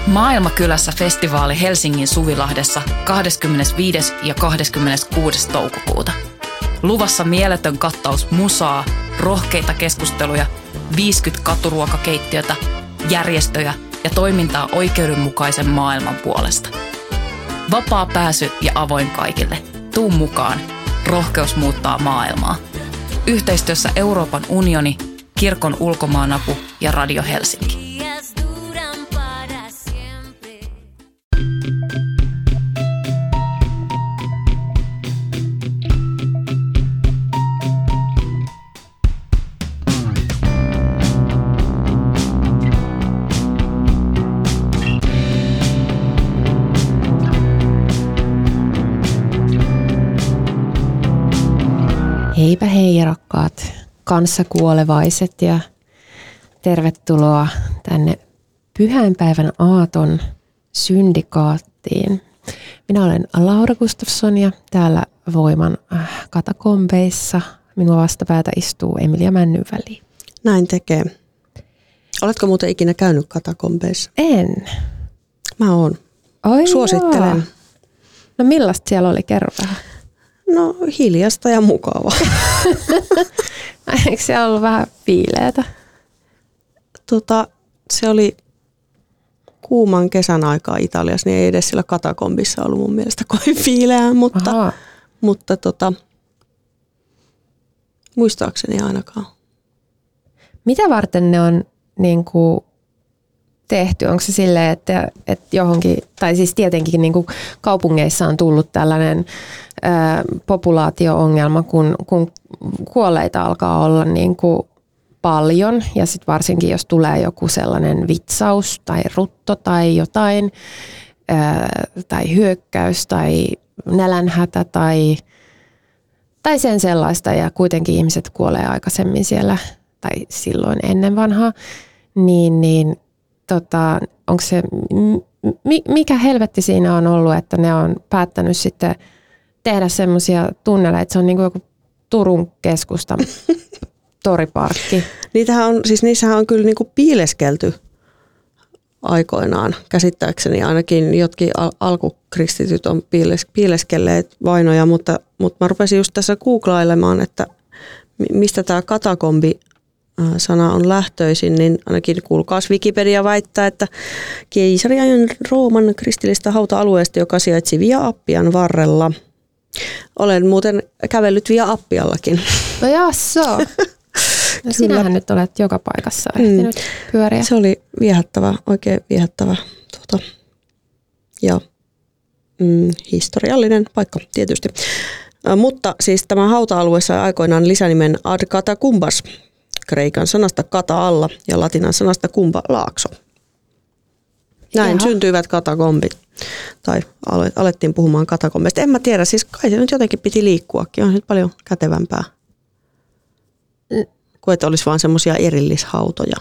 Maailmakylässä festivaali Helsingin Suvilahdessa 25. ja 26. toukokuuta. Luvassa mieletön kattaus musaa, rohkeita keskusteluja, 50 katuruokakeittiötä, järjestöjä ja toimintaa oikeudenmukaisen maailman puolesta. Vapaa pääsy ja avoin kaikille. Tuu mukaan. Rohkeus muuttaa maailmaa. Yhteistyössä Euroopan unioni, Kirkon Ulkomaanapu ja Radio Helsinki. Heipä hei rakkaat kanssakuolevaiset ja tervetuloa tänne pyhäinpäivän aaton syndikaattiin. Minä olen Laura Gustafsson ja täällä Voiman katakombeissa minua vastapäätä istuu Emilia Männynväli. Näin tekee. Oletko muuten ikinä käynyt katakombeissa? En. Mä oon. Oi suosittelen. Joo. No millaista siellä oli? Kerro vähän. No hiljasta ja mukavaa. Eikö siellä ollut vähän viileätä? Se oli kuuman kesän aikaa Italiassa, niin ei edes sillä katakombissa ollut mun mielestä kovin viileää, mutta muistaakseni ainakaan. Mitä varten ne on niin kuin tehty? Onko se silleen, että johonkin, tai siis tietenkin niin kuin kaupungeissa on tullut tällainen populaatio-ongelma, kun kuolleita alkaa olla niin kuin paljon ja sitten varsinkin jos tulee joku sellainen vitsaus tai rutto tai jotain tai hyökkäys tai nälänhätä tai sen sellaista ja kuitenkin ihmiset kuolee aikaisemmin siellä tai silloin ennen vanhaa, niin onko se, mikä helvetti siinä on ollut, että ne on päättänyt sitten tehdä semmoisia tunneleita, että se on niin kuin joku Turun keskustan toriparkki. Niissähän on kyllä niin kuin piileskelty aikoinaan, käsittääkseni ainakin jotkin alkukristityt on piileskelleet vainoja, mutta mä rupesin just tässä googlailemaan, että mistä tämä katakombi-sana on lähtöisin, niin ainakin kuulkaas Wikipedia väittää, että keisariajan Rooman kristillistä hauta-alueesta, joka sijaitsi Via Appian varrella. Olen muuten kävellyt Via Appiallakin. No jasso. No sinähän nyt olet joka paikassa ehtinyt pyöriä. Se oli viehättävä, oikein viehättävä ja historiallinen paikka tietysti. Mutta siis tämä hauta-alue sai aikoinaan lisänimen ad catacumbas, kreikan sanasta kata alla ja latinan sanasta kumba laakso. Näin syntyivät katakombit. Tai alettiin puhumaan katakombeista. En mä tiedä, siis kai se nyt jotenkin piti liikkuakin. On nyt paljon kätevämpää. Kuin että olisi vaan semmoisia erillishautoja.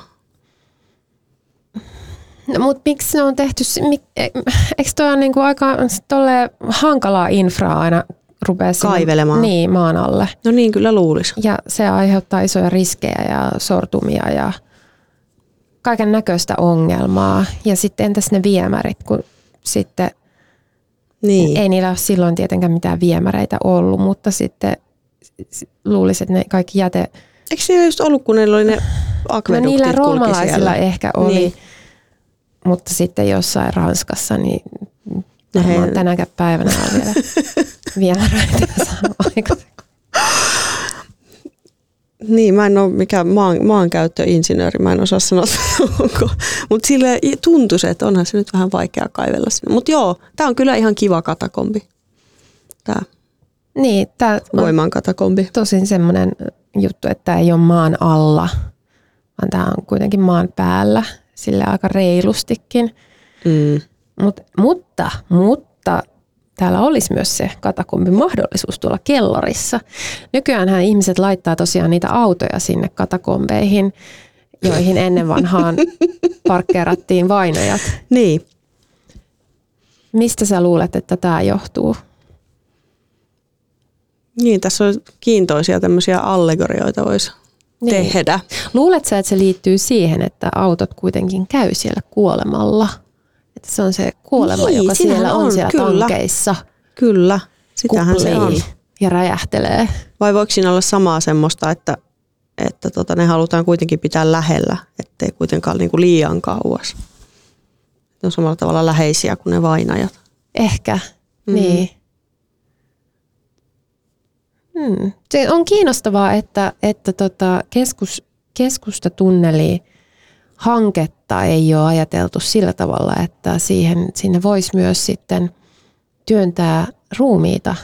No, mutta miksi ne on tehty, eikö toi ole niinku aika hankalaa infraa aina rupea kaivelemaan maan alle? No niin, kyllä luulisi. Ja se aiheuttaa isoja riskejä ja sortumia ja kaiken näköistä ongelmaa. Ja sitten entäs ne viemärit, kun sitten ei niillä ole silloin tietenkään mitään viemäreitä ollut, mutta sitten luulisin, että ne kaikki Eikö se just ollut, kun niillä oli ne akveduktit? No niillä roomalaisilla ehkä oli, niin. Mutta sitten jossain Ranskassa, niin tänäkään päivänä on vielä viemäreitä aikaisemmin. Niin, mä en ole mikään maankäyttöinsinööri, mä en osaa sanoa, onko. Mutta sille tuntuisi, että onhan se nyt vähän vaikea kaivella sinne. Mutta joo, tää on kyllä ihan kiva katakombi. Tää Voiman katakombi. Tosin semmoinen juttu, että tämä ei ole maan alla, vaan tämä on kuitenkin maan päällä, sille aika reilustikin. Mutta täällä olisi myös se katakombin mahdollisuus tuolla kellarissa. Nykyäänhän ihmiset laittaa tosiaan niitä autoja sinne katakombeihin, joihin ennen vanhaan parkkeerattiin vainajat. Niin. Mistä sä luulet, että tämä johtuu? Niin, tässä on kiintoisia tämmöisiä allegorioita voisi tehdä. Luuletko sä, että se liittyy siihen, että autot kuitenkin käy siellä kuolemalla? Se on se kuolema, Niin, joka siellä on siellä kyllä. tankeissa. Kyllä, sitähän se on. Ja räjähtelee. Vai voiko siinä olla samaa semmoista, että ne halutaan kuitenkin pitää lähellä, ettei kuitenkaan niin kuin liian kauas. Ne on samalla tavalla läheisiä kuin ne vainajat. Ehkä, niin. Se on kiinnostavaa, että keskustatunneli hanketta ei ole ajateltu sillä tavalla, että sinne voisi myös sitten työntää ruumiita.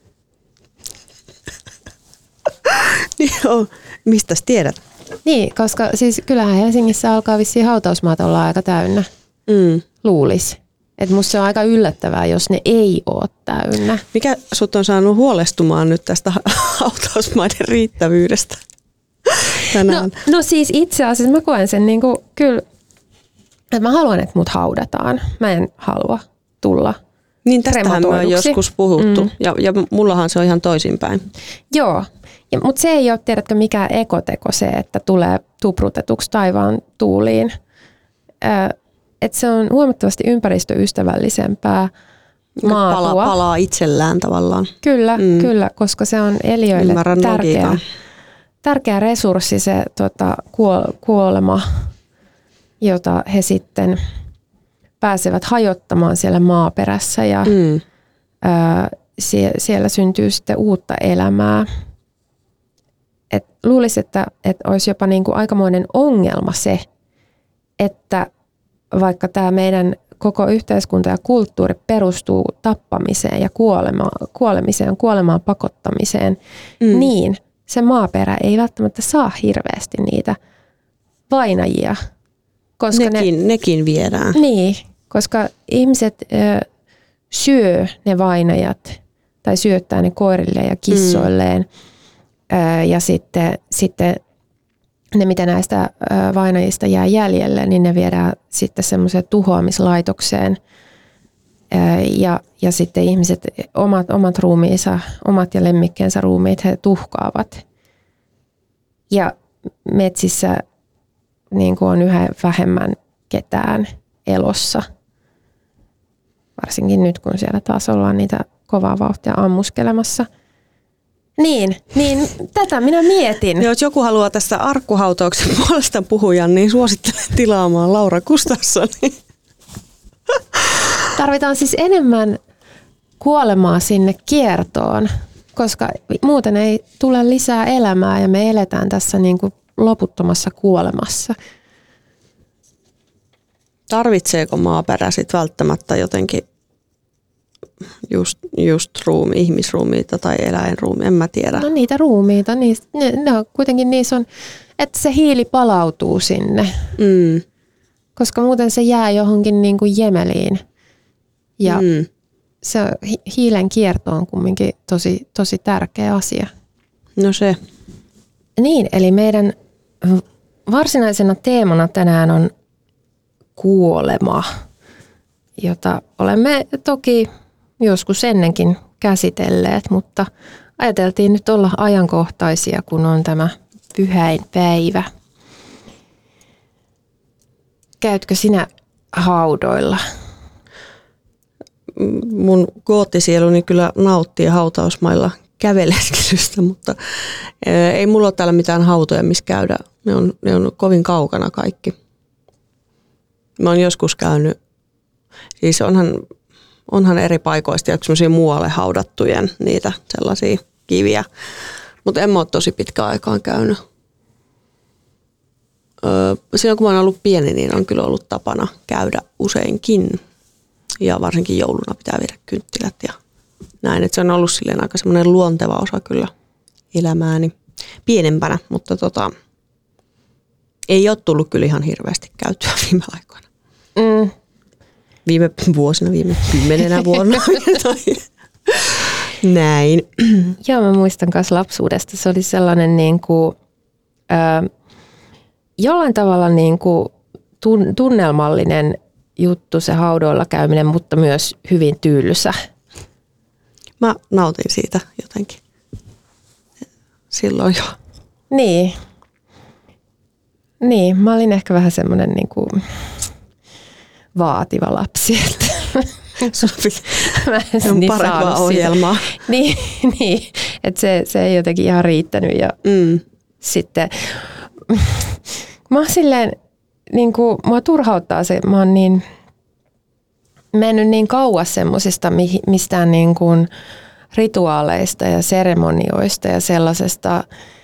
Joo, mistäs tiedät? Niin, koska siis kyllähän Helsingissä alkaa vissiin hautausmaat olla aika täynnä, luulisi. Että musta se on aika yllättävää, jos ne ei ole täynnä. Mikä sut on saanut huolestumaan nyt tästä hautausmaiden riittävyydestä tänään? No siis itse asiassa mä koen sen niin kuin, kyllä, että mä haluan, että mut haudataan. Mä en halua tulla Niin tästähän me on joskus puhuttu ja mullahan se on ihan toisinpäin. Joo, mutta se ei ole, tiedätkö, mikään ekoteko se, että tulee tuprutetuksi taivaan tuuliin. Että se on huomattavasti ympäristöystävällisempää maatua. Palaa itsellään tavallaan. Kyllä, koska se on eliöille tärkeä resurssi se kuolema, jota he sitten pääsevät hajottamaan siellä maaperässä ja siellä syntyy sitten uutta elämää. Luulisi, että olisi jopa niin kuin aikamoinen ongelma se, että vaikka tämä meidän koko yhteiskunta ja kulttuuri perustuu tappamiseen ja kuolemiseen, kuolemaan pakottamiseen, niin se maaperä ei välttämättä saa hirveästi niitä vainajia. Koska nekin viedään. Niin, koska ihmiset syö ne vainajat tai syöttää ne koirille ja kissoilleen ja sitten ne, mitä näistä vainajista jää jäljelle, niin ne viedään sitten semmoiseen tuhoamislaitokseen ja sitten ihmiset omat ruumiinsa, omat ja lemmikkeensä ruumiit he tuhkaavat. Ja metsissä niin kuin on yhä vähemmän ketään elossa, varsinkin nyt kun siellä taas ollaan niitä kovaa vauhtia ammuskelemassa. Niin, tätä minä mietin. Jos joku haluaa tässä arkkuhautauksen puolesta puhujan, niin suosittelen tilaamaan Laura Gustafssonin. Tarvitaan siis enemmän kuolemaa sinne kiertoon, koska muuten ei tule lisää elämää ja me eletään tässä niin kuin loputtomassa kuolemassa. Tarvitseeko maaperä sit välttämättä jotenkin just ihmisruumiita tai eläinruumiita, en mä tiedä. No niitä ruumiita, ne on kuitenkin niissä on, että se hiili palautuu sinne, koska muuten se jää johonkin niin kuin jemeliin. Ja se hiilen kierto on kumminkin tosi tärkeä asia. No se. Niin, eli meidän varsinaisena teemana tänään on kuolema, jota olemme toki joskus ennenkin käsitelleet, mutta ajateltiin nyt olla ajankohtaisia, kun on tämä pyhäinpäivä. Käytkö sinä haudoilla? Mun goottisieluni kyllä nauttii hautausmailla käveleskelystä, mutta ei mulla ole täällä mitään hautoja, missä käydä. Ne on kovin kaukana kaikki. Mä oon joskus käynyt, siis onhan eri paikoista ja semmoisia muualle haudattujen niitä sellaisia kiviä, mutta en mä ole tosi pitkään aikaan käynyt. Silloin kun mä oon ollut pieni, niin on kyllä ollut tapana käydä useinkin. Ja varsinkin jouluna pitää viedä kynttilät ja näin. Että se on ollut silleen aika semmoinen luonteva osa kyllä elämääni pienempänä, mutta ei ole tullut kyllä ihan hirveästi käytyä viime aikoina. Viime vuosina, viime 10 vuonna. Näin. Joo, mä muistan myös lapsuudesta. Se oli sellainen niin kuin, jollain tavalla niin kuin tunnelmallinen juttu se haudoilla käyminen, mutta myös hyvin tylsä. Mä nautin siitä jotenkin silloin jo. Niin, mä olin ehkä vähän semmoinen niin kuin vaativa lapsi. Se on parempaa ohjelmaa. Niin, että se ei jotenkin ihan riittänyt. Ja sitten mä oon silleen, niin kuin, mua turhauttaa se, mä oon niin mennyt niin kauas semmosista mistään niin kuin rituaaleista ja seremonioista ja sellaisesta,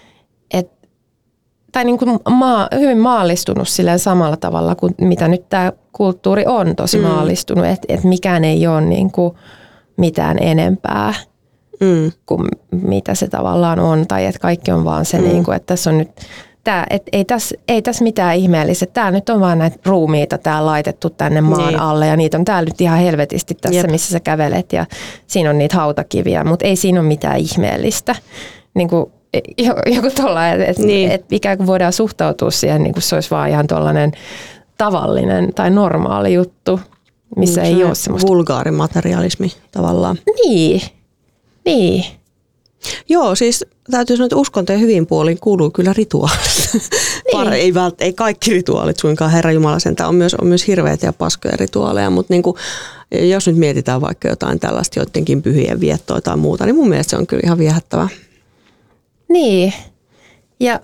tai niin kuin hyvin maallistunut silleen samalla tavalla kuin mitä nyt tämä kulttuuri on tosi maallistunut, että mikään ei ole niin kuin mitään enempää kuin mitä se tavallaan on, tai että kaikki on vaan se, niin kuin, että tässä on nyt, ei tässä mitään ihmeellistä, tämä nyt on vaan näitä ruumiita tää laitettu tänne maan alle, ja niitä on täällä nyt ihan helvetisti tässä, missä sä kävelet, ja siinä on niitä hautakiviä, mutta ei siinä ole mitään ihmeellistä. Niin kuin joku tollainen, että ikään kuin voidaan suhtautua siihen, niin kuin se olisi vaan ihan tollainen tavallinen tai normaali juttu, missä ei ole semmoista vulgaarimaterialismi tavallaan. Niin. Joo, siis täytyy sanoa, että uskontojen hyvin puolin kuuluu kyllä rituaalit. Ei kaikki rituaalit suinkaan, Herra Jumala sentään, on myös hirveitä ja paskoja rituaaleja, mutta niin kuin, jos nyt mietitään vaikka jotain tällaista joidenkin pyhien viettoa tai muuta, niin mun mielestä se on kyllä ihan viehättävää. Niin, ja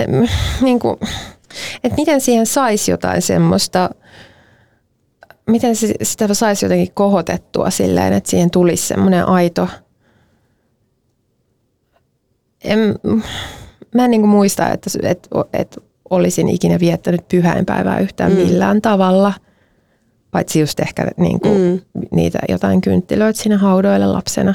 miten siihen saisi jotain semmoista, miten sitä saisi jotenkin kohotettua silleen, että siihen tulisi semmoinen aito. Mä en niin kuin muista, että olisin ikinä viettänyt pyhäinpäivää yhtään millään tavalla, paitsi just ehkä niin kuin niitä jotain kynttilöitä siinä haudoille lapsena.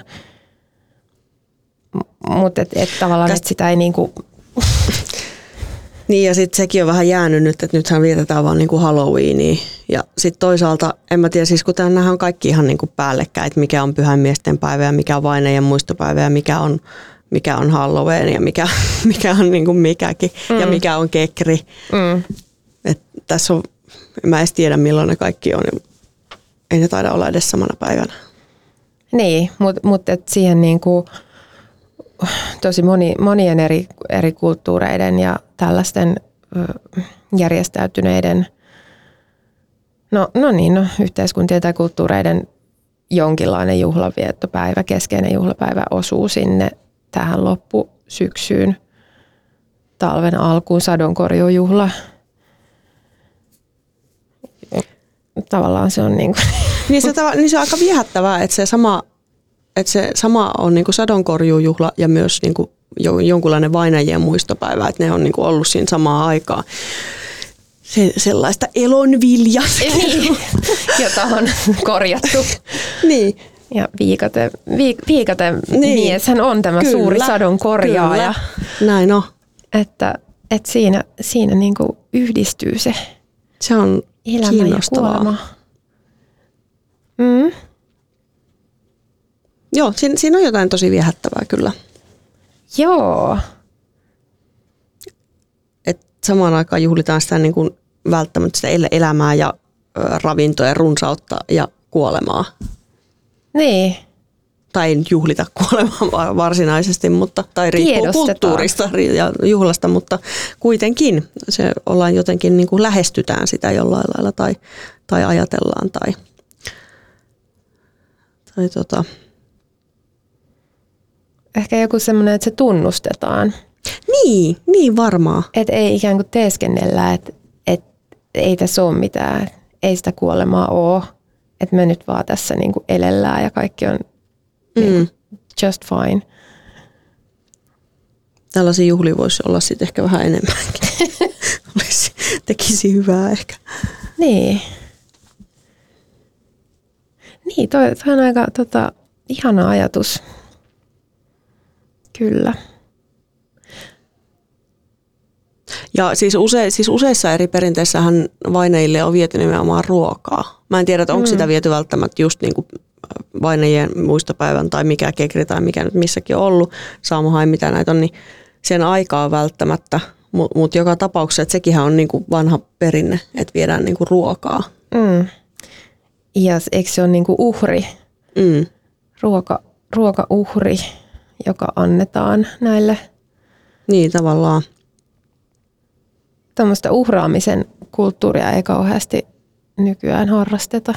Mutta tavallaan, että sitä ei niinku Niin ja sitten sekin on vähän jäänyt nyt, että nythän vietetään vaan niinku Halloweenia. Ja sitten toisaalta, en mä tiedä, siis kun tämähän on kaikki ihan niinku päällekkäin, että mikä on pyhäinmiesten päivä ja mikä on vainajan muistopäivä ja mikä on Halloween ja mikä on niinku mikäkin ja mikä on kekri. Et tässä on, mä en edes tiedä milloin ne kaikki on. Ei ne taida olla edes samana päivänä. Niin, mutta siihen niinku tosi monien eri kulttuureiden ja tällaisten järjestäytyneiden yhteiskuntien tai kulttuureiden jonkinlainen juhlaviettopäivä, keskeinen juhlapäivä osuu sinne tähän loppusyksyyn, talven alkuun, sadonkorjuujuhla. Tavallaan se on niin kuin niin se on aika viehättävää, että se sama on niin kuin sadonkorjuujuhla ja myös niin kuin jonkunlainen vainajien muistopäivä, että ne on niin kuin ollut siinä samaan aikaan. Sellaista elonviljaa, jota on korjattu. Niin. Ja Viikaten mieshän on tämä suuri sadon korjaaja. Kyllä. Näin on. Että siinä niin kuin yhdistyy se on elämä ja kuolema. Joo, siinä on jotain tosi viehättävää kyllä. Joo. Et samaan aikaan juhlitaan sitä niin kuin välttämättä sitä elämää ja ravintoa, runsautta ja kuolemaa. Niin. Tai ei juhlita kuolemaa varsinaisesti, tai riippuu kulttuurista ja juhlasta, mutta kuitenkin se ollaan jotenkin niin kuin lähestytään sitä jollain lailla tai ajatellaan tai ehkä joku semmoinen, että se tunnustetaan. Niin varmaan. Että ei ikään kuin teeskennellä, että ei tässä ole mitään, ei sitä kuolemaa ole. Että me nyt vaan tässä niin kuin elellään ja kaikki on niin kuin just fine. Tällaisia juhlia voisi olla sitten ehkä vähän enemmänkin. Tekisi hyvää ehkä. Niin. Niin, toi on aika ihana ajatus. Kyllä. Ja siis useissa eri perinteissähän vainajille on viety nimenomaan ruokaa. Mä en tiedä, että onko sitä viety välttämättä just niin kuin vainajien muistopäivän tai mikä kekri tai mikä nyt missäkin on ollut, saamohain mitä näitä on, niin sen aikaa välttämättä. Mutta joka tapauksessa, että sekinhän on niin kuin vanha perinne, että viedään niin kuin ruokaa. Ja eikö se ole niin kuin uhri? Ruokauhri, joka annetaan näille. Niin tavallaan. Tuommoista uhraamisen kulttuuria ei kauheasti nykyään harrasteta.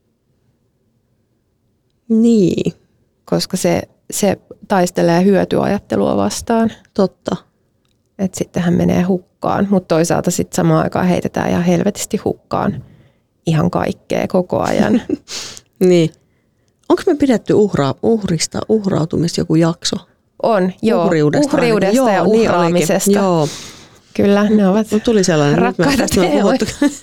Niin. Koska se taistelee hyötyajattelua vastaan. Totta. Että sitten hän menee hukkaan, mutta toisaalta sitten samaan aikaan heitetään ihan helvetisti hukkaan ihan kaikkea koko ajan. Niin. Onko me pidetty uhrautumista joku jakso? On, joo. Uhriudesta ja uhraamisesta. Niin joo. Kyllä, ne ovat tuli sellainen rakkaita teemoja.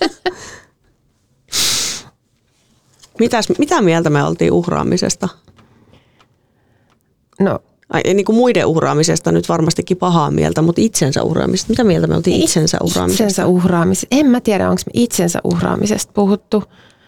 Mitä mieltä me oltiin uhraamisesta? No. Niin kuin muiden uhraamisesta nyt varmastikin pahaa mieltä, mutta itsensä uhraamisesta. Mitä mieltä me oltiin itsensä uhraamisesta? Itsensä uhraamisesta. En mä tiedä, onko me itsensä uhraamisesta puhuttu.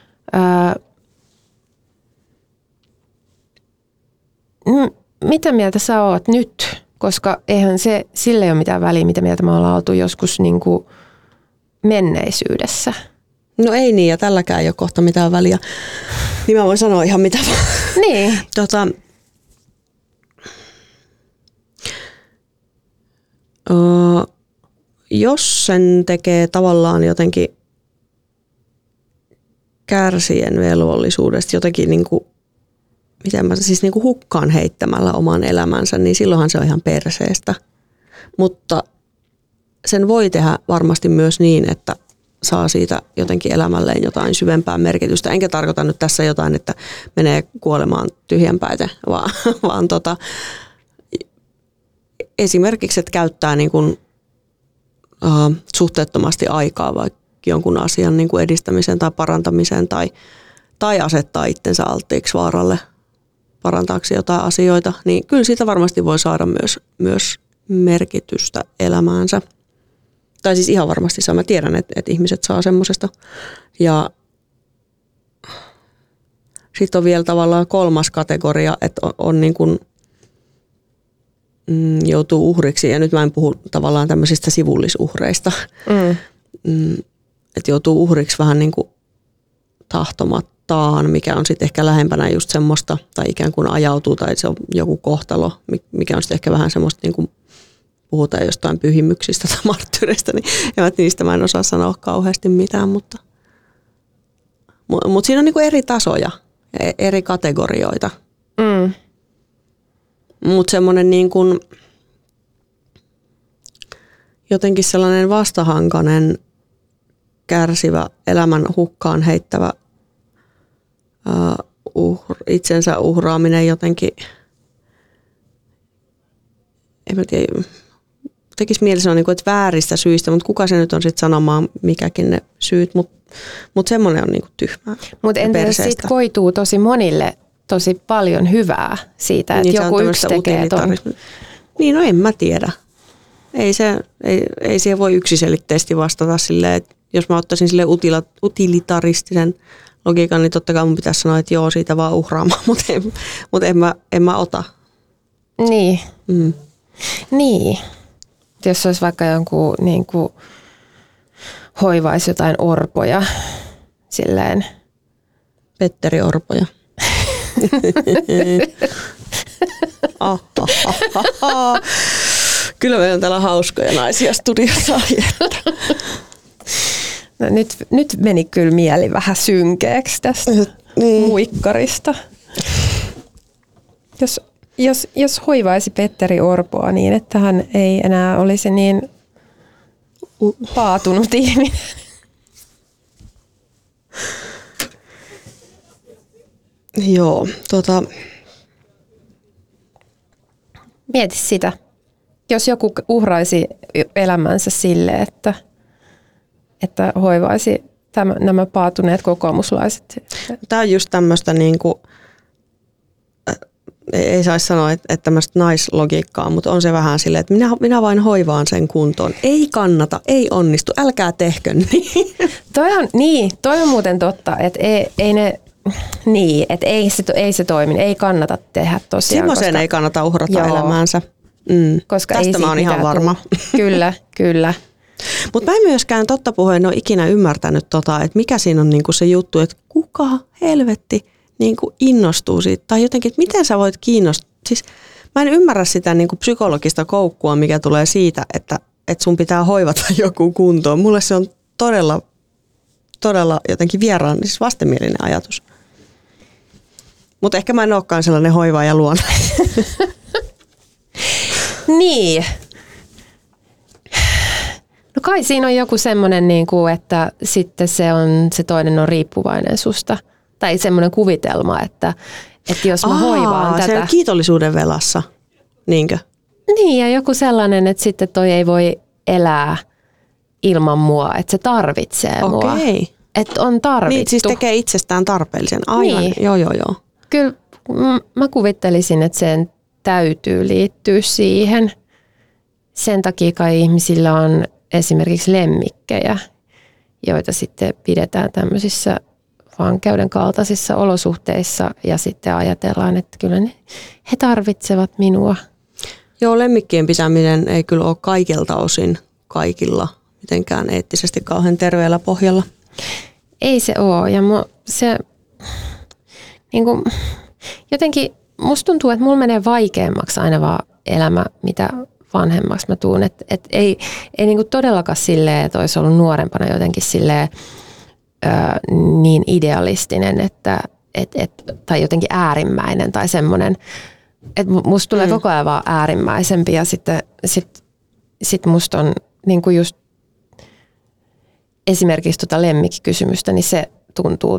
Mitä mieltä sä oot nyt? Koska eihän sille ole mitään väliä, mitä mieltä me ollaan oltu joskus niin kuin menneisyydessä. No ei niin, ja tälläkään ei ole kohta mitään väliä. Niin mä voin sanoa ihan mitä vaan. Niin. Jos sen tekee tavallaan jotenkin kärsien velvollisuudesta jotenkin niin kuin, siis niin kuin hukkaan heittämällä oman elämänsä, niin silloinhan se on ihan perseestä. Mutta sen voi tehdä varmasti myös niin, että saa siitä jotenkin elämälleen jotain syvempää merkitystä. Enkä tarkoita nyt tässä jotain, että menee kuolemaan tyhjänpäiten, vaan esimerkiksi, että käyttää niin kuin, suhteettomasti aikaa vaikka jonkun asian niin kuin edistämiseen tai parantamiseen tai asettaa itsensä alttiiksi vaaralle parantaakseen jotain asioita, niin kyllä siitä varmasti voi saada myös merkitystä elämäänsä. Tai siis ihan varmasti saa. Mä tiedän, että ihmiset saa semmoisesta. Ja sitten on vielä tavallaan kolmas kategoria, että on niin kuin joutuu uhriksi, ja nyt mä en puhu tavallaan tämmöisistä sivullisuhreista, että joutuu uhriksi vähän niin kuin tahtomattaan, mikä on sitten ehkä lähempänä just semmoista, tai ikään kuin ajautuu, tai se on joku kohtalo, mikä on sitten ehkä vähän semmoista, niin kuin puhutaan jostain pyhimyksistä tai marttyyreistä, niin niistä mä en osaa sanoa kauheasti mitään, mutta siinä on niin kuin eri tasoja, eri kategorioita. Mutta semmoinen niin kuin jotenkin sellainen vastahankainen, kärsivä, elämän hukkaan heittävä itsensä uhraaminen jotenkin, en mä tiedä, tekisi mieli sanoa, että vääristä syistä, mutta kuka se nyt on sitten sanomaan, mikäkin ne syyt, mutta semmoinen on niinku tyhmää. Mutta entä sitten koituu tosi monille tosi paljon hyvää siitä, että niin joku yksi tekee ton. Niin, no en mä tiedä. Ei siihen voi yksiselitteisesti vastata silleen, että jos mä ottaisin sille utilitaristisen logiikan, niin totta kai mun pitäisi sanoa, että joo, siitä vaan uhraamaan, mutta en mä ota. Niin. Niin. Jos olisi vaikka jonkun niin kuin hoivaisi jotain orpoja, silleen. Petteri Orpoja. Kyllä meillä on täällä hauskoja naisia studiossa. No nyt meni kyllä mieli vähän synkeäksi tästä muikkarista. Jos hoivaisi Petteri Orpoa niin, että hän ei enää olisi niin paatunut ihminen. Joo, Mieti sitä. Jos joku uhraisi elämänsä sille, että hoivaisi nämä paatuneet kokoomuslaiset. Tämä on just tämmöistä, niin kuin, ei saisi sanoa, että tämmöistä naislogiikkaa, mutta on se vähän silleen, että minä vain hoivaan sen kuntoon. Ei kannata, ei onnistu, älkää tehkö niin. Toi on muuten totta, että ei se toimi, ei kannata tehdä tosiaan. Semmoiseen ei kannata uhrata elämäänsä. Koska tästä mä oon ihan varma. Kyllä. Mutta mä en myöskään totta puheen ole ikinä ymmärtänyt, että mikä siinä on niinku se juttu, että kuka helvetti niinku innostuu siitä. Tai jotenkin, että miten sä voit kiinnostua. Siis mä en ymmärrä sitä niinku psykologista koukkua, mikä tulee siitä, että sun pitää hoivata joku kuntoon. Mulle se on todella jotenkin vieraan, siis vastenmielinen ajatus. Mutta ehkä mä en olekaan sellainen hoivaaja luona. Niin. No kai siinä on joku semmoinen, että sitten se toinen on riippuvainen susta. Tai semmoinen kuvitelma, että jos mä hoivaan tätä. Se on kiitollisuuden velassa, niinkö? Niin, ja joku sellainen, että sitten toi ei voi elää ilman mua, että se tarvitsee mua. Okei. Että on tarvittu. Niin, siis tekee itsestään tarpeellisen. Aivan, niin. Joo. Kyllä mä kuvittelisin, että sen täytyy liittyä siihen. Sen takia kai ihmisillä on esimerkiksi lemmikkejä, joita sitten pidetään tämmöisissä vankeuden kaltaisissa olosuhteissa ja sitten ajatellaan, että kyllä he tarvitsevat minua. Joo, lemmikkien pitäminen ei kyllä ole kaikilta osin kaikilla mitenkään eettisesti kauhean terveellä pohjalla. Ei se ole. Ja se, jotenkin musta tuntuu, että mulla menee vaikeammaksi aina vaan elämä, mitä vanhemmaksi mä tuun. Et ei todellakaan silleen, että olisi ollut nuorempana jotenkin silleen, niin idealistinen, tai jotenkin äärimmäinen tai semmoinen, että musta tulee koko ajan vaan äärimmäisempi ja sitten musta on just esimerkiksi lemmikkikysymystä, niin se tuntuu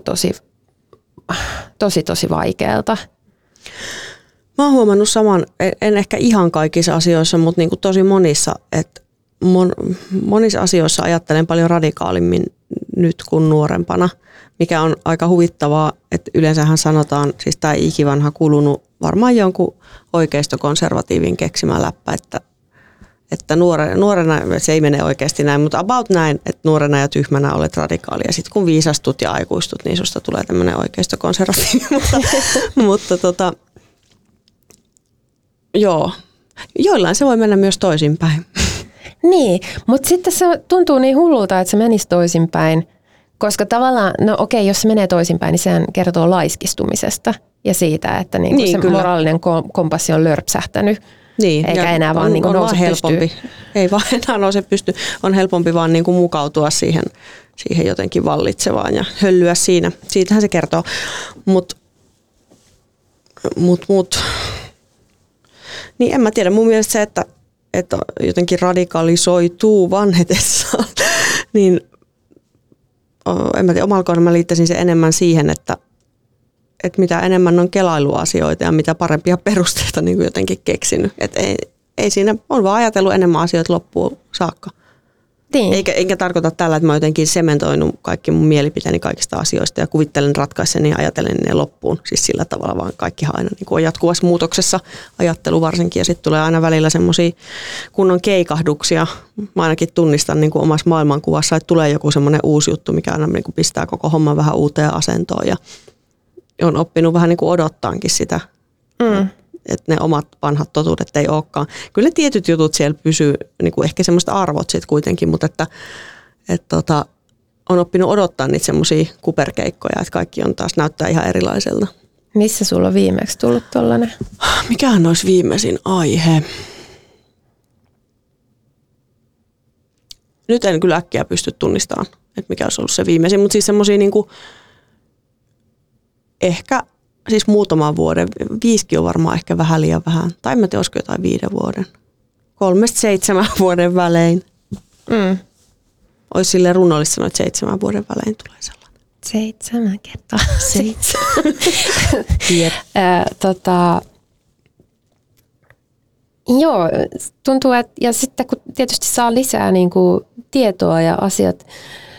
tosi vaikealta. Mä oon huomannut saman, en ehkä ihan kaikissa asioissa, mutta tosi monissa, että monissa asioissa ajattelen paljon radikaalimmin nyt kuin nuorempana, mikä on aika huvittavaa, että yleensähän sanotaan, siis tämä ikivanha kulunut varmaan jonkun oikeistokonservatiivin keksimä läppä, että nuorena, se ei mene oikeasti näin, mutta about näin, että nuorena ja tyhmänä olet radikaali ja sitten kun viisastut ja aikuistut, niin susta tulee tämmöinen oikeistokonservatiivi, mutta joo, joillain se voi mennä myös toisinpäin. Niin, mutta sitten se tuntuu niin hullulta, että se menisi toisinpäin, koska tavallaan, no okei, jos se menee toisinpäin, niin sehän kertoo laiskistumisesta ja siitä, että niin, se kyllä. Moraalinen kompassi on lörpsähtänyt, niin, eikä enää vaan on nouse helpompi. Ei vaan enää nouse pysty, on helpompi vaan mukautua siihen jotenkin vallitsevaan ja höllyä siinä. Siitähän se kertoo, mutta niin en mä tiedä, mun mielestä se, että jotenkin radikalisoituu vanhetessaan, niin en mä tiedä, omalla kohdalla mä liittäisin se enemmän siihen, että mitä enemmän on kelailuasioita ja mitä parempia perusteita niin kuin jotenkin keksinyt. Että ei siinä, on vaan ajatellut enemmän asioita loppuun saakka. Niin. Enkä tarkoita tällä, että mä jotenkin sementoinut kaikki mun mielipiteeni kaikista asioista ja kuvittelen ratkaisseni ja ajatellen ne loppuun. Siis sillä tavalla vaan kaikkihan aina niin kuin on jatkuvassa muutoksessa ajattelu varsinkin ja sitten tulee aina välillä semmoisia kunnon keikahduksia. Mä ainakin tunnistan niin kuin omassa maailmankuvassa, että tulee joku semmoinen uusi juttu, mikä aina niin kuin pistää koko homman vähän uuteen asentoon ja on oppinut vähän niin kuin odottaankin sitä. Että ne omat vanhat totuudet ei olekaan. Kyllä ne tietyt jutut siellä pysyy, niin kuin ehkä semmoista arvot sitten kuitenkin, mutta että on oppinut odottaa niitä semmoisia kuperkeikkoja, että kaikki on taas näyttää ihan erilaiselta. Missä sulla on viimeksi tullut tollainen? Mikähän olisi viimeisin aihe? Nyt en kyllä äkkiä pysty tunnistamaan, että mikä olisi ollut se viimeisin, mutta siis semmoisia niin kuin ehkä siis muutaman vuoden, 5 on varmaan ehkä vähän liian vähän. Tai en mä tiedä, olisiko jotain 5 vuoden. 3-7 vuoden välein. Olisi silleen runollista sanoa, että 7 vuoden välein tulee sellainen. 7 kertaa 7. Jep. Joo, tuntuu, että ja sitten kun tietysti saa lisää niin kuin tietoa ja asiat,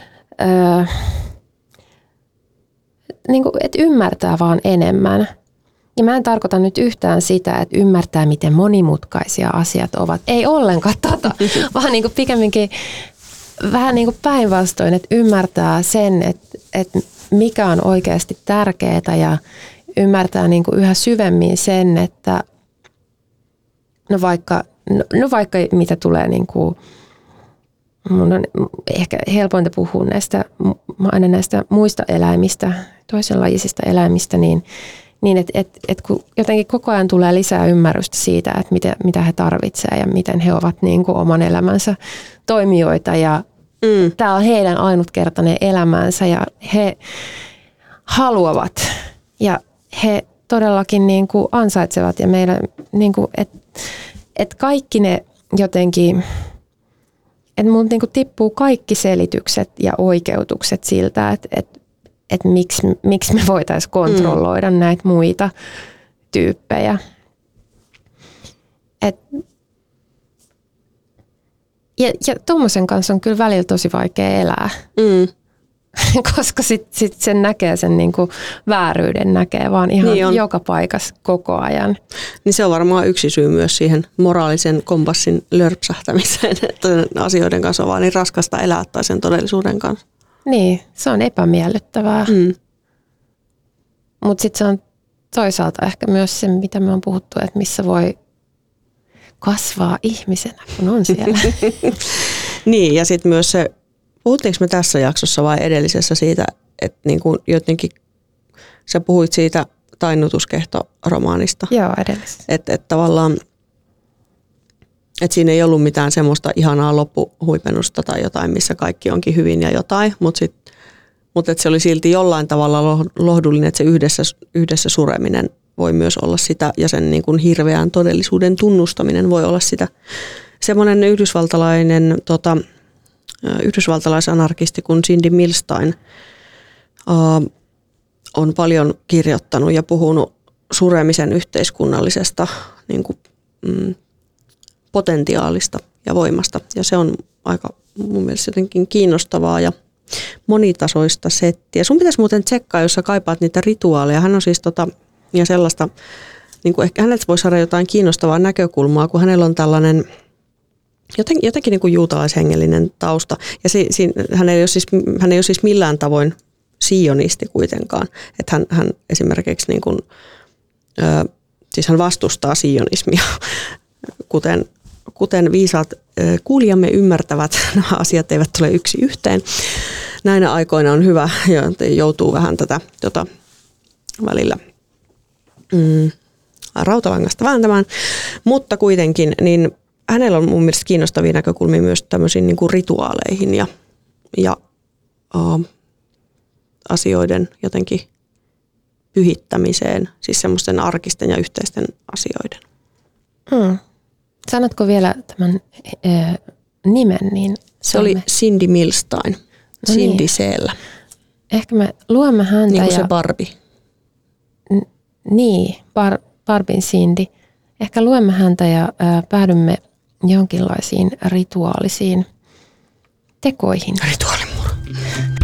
niin kuin, että ymmärtää vaan enemmän. Ja mä en tarkoita nyt yhtään sitä, että ymmärtää, miten monimutkaisia asiat ovat. Ei ollenkaan vaan niin kuin pikemminkin vähän niin kuin päinvastoin, että ymmärtää sen, että mikä on oikeasti tärkeää ja ymmärtää niin kuin yhä syvemmin sen, että no vaikka mitä tulee niin kuin, mun on ehkä helpointa puhua aina näistä muista eläimistä, toisenlaisista eläimistä, niin että kun jotenkin koko ajan tulee lisää ymmärrystä siitä, että mitä he tarvitsevat ja miten he ovat niin kuin oman elämänsä toimijoita ja Tämä on heidän ainutkertainen elämänsä ja he haluavat ja he todellakin niin kuin ansaitsevat ja meillä, niin kuin, että kaikki ne jotenkin, että mun niin kuin tippuu kaikki selitykset ja oikeutukset siltä, että miksi me voitaisiin kontrolloida näitä muita tyyppejä. Ja tuommoisen kanssa on kyllä välillä tosi vaikea elää, koska sit sen näkee, sen niinku vääryyden näkee vaan ihan niin joka paikassa koko ajan. Niin se on varmaan yksi syy myös siihen moraalisen kompassin lörpsähtämiseen, että asioiden kanssa on vaan niin raskasta elää tai sen todellisuuden kanssa. Niin, se on epämiellyttävää. Mutta sitten se on toisaalta ehkä myös se, mitä me on puhuttu, että missä voi kasvaa ihmisenä, kun on siellä. Niin, ja sitten myös se, puhuttiinko me tässä jaksossa vai edellisessä siitä, että niin kuin jotenkin, sä puhuit siitä Tainnutuskehto-romaanista. Joo, edellisessä. Että tavallaan, että siinä ei ollut mitään semmoista ihanaa loppuhuipennusta tai jotain, missä kaikki onkin hyvin ja jotain, mutta että se oli silti jollain tavalla lohdullinen, että se yhdessä sureminen voi myös olla sitä, ja sen niin kuin hirveän todellisuuden tunnustaminen voi olla sitä. Semmoinen yhdysvaltalaisanarkisti kuin Cindy Milstein on paljon kirjoittanut ja puhunut suremisen yhteiskunnallisesta niin kuin, potentiaalista ja voimasta. Ja se on aika mun mielestä jotenkin kiinnostavaa ja monitasoista settiä. Sun pitäisi muuten tsekkaa, jos sä kaipaat niitä rituaaleja. Hän on siis ja sellaista, niin kuin ehkä häneltä voi saada jotain kiinnostavaa näkökulmaa, kun hänellä on tällainen jotenkin niin kuin juutalaishengellinen tausta. Ja hän ei ole siis millään tavoin sionisti kuitenkaan. Että hän esimerkiksi niin kuin, siis hän vastustaa sionismia, kuten viisaat kuulijamme ymmärtävät, nämä asiat eivät tule yksi yhteen. Näinä aikoina on hyvä, joutuu vähän tätä välillä rautalangasta vääntämään, mutta kuitenkin niin hänellä on mun mielestä kiinnostavia näkökulmia myös tämmöisiin niin kuin rituaaleihin ja asioiden jotenkin pyhittämiseen, siis semmoisten arkisten ja yhteisten asioiden. Sanotko vielä tämän nimen? Niin se oli Cindy Milstein, no Cindy niin. C-llä. Ehkä me luemme häntä. Niin kuin se Barbie. Niin, Barbin Cindy. Ehkä luemme häntä ja päädymme jonkinlaisiin rituaalisiin tekoihin. Rituaalimurha.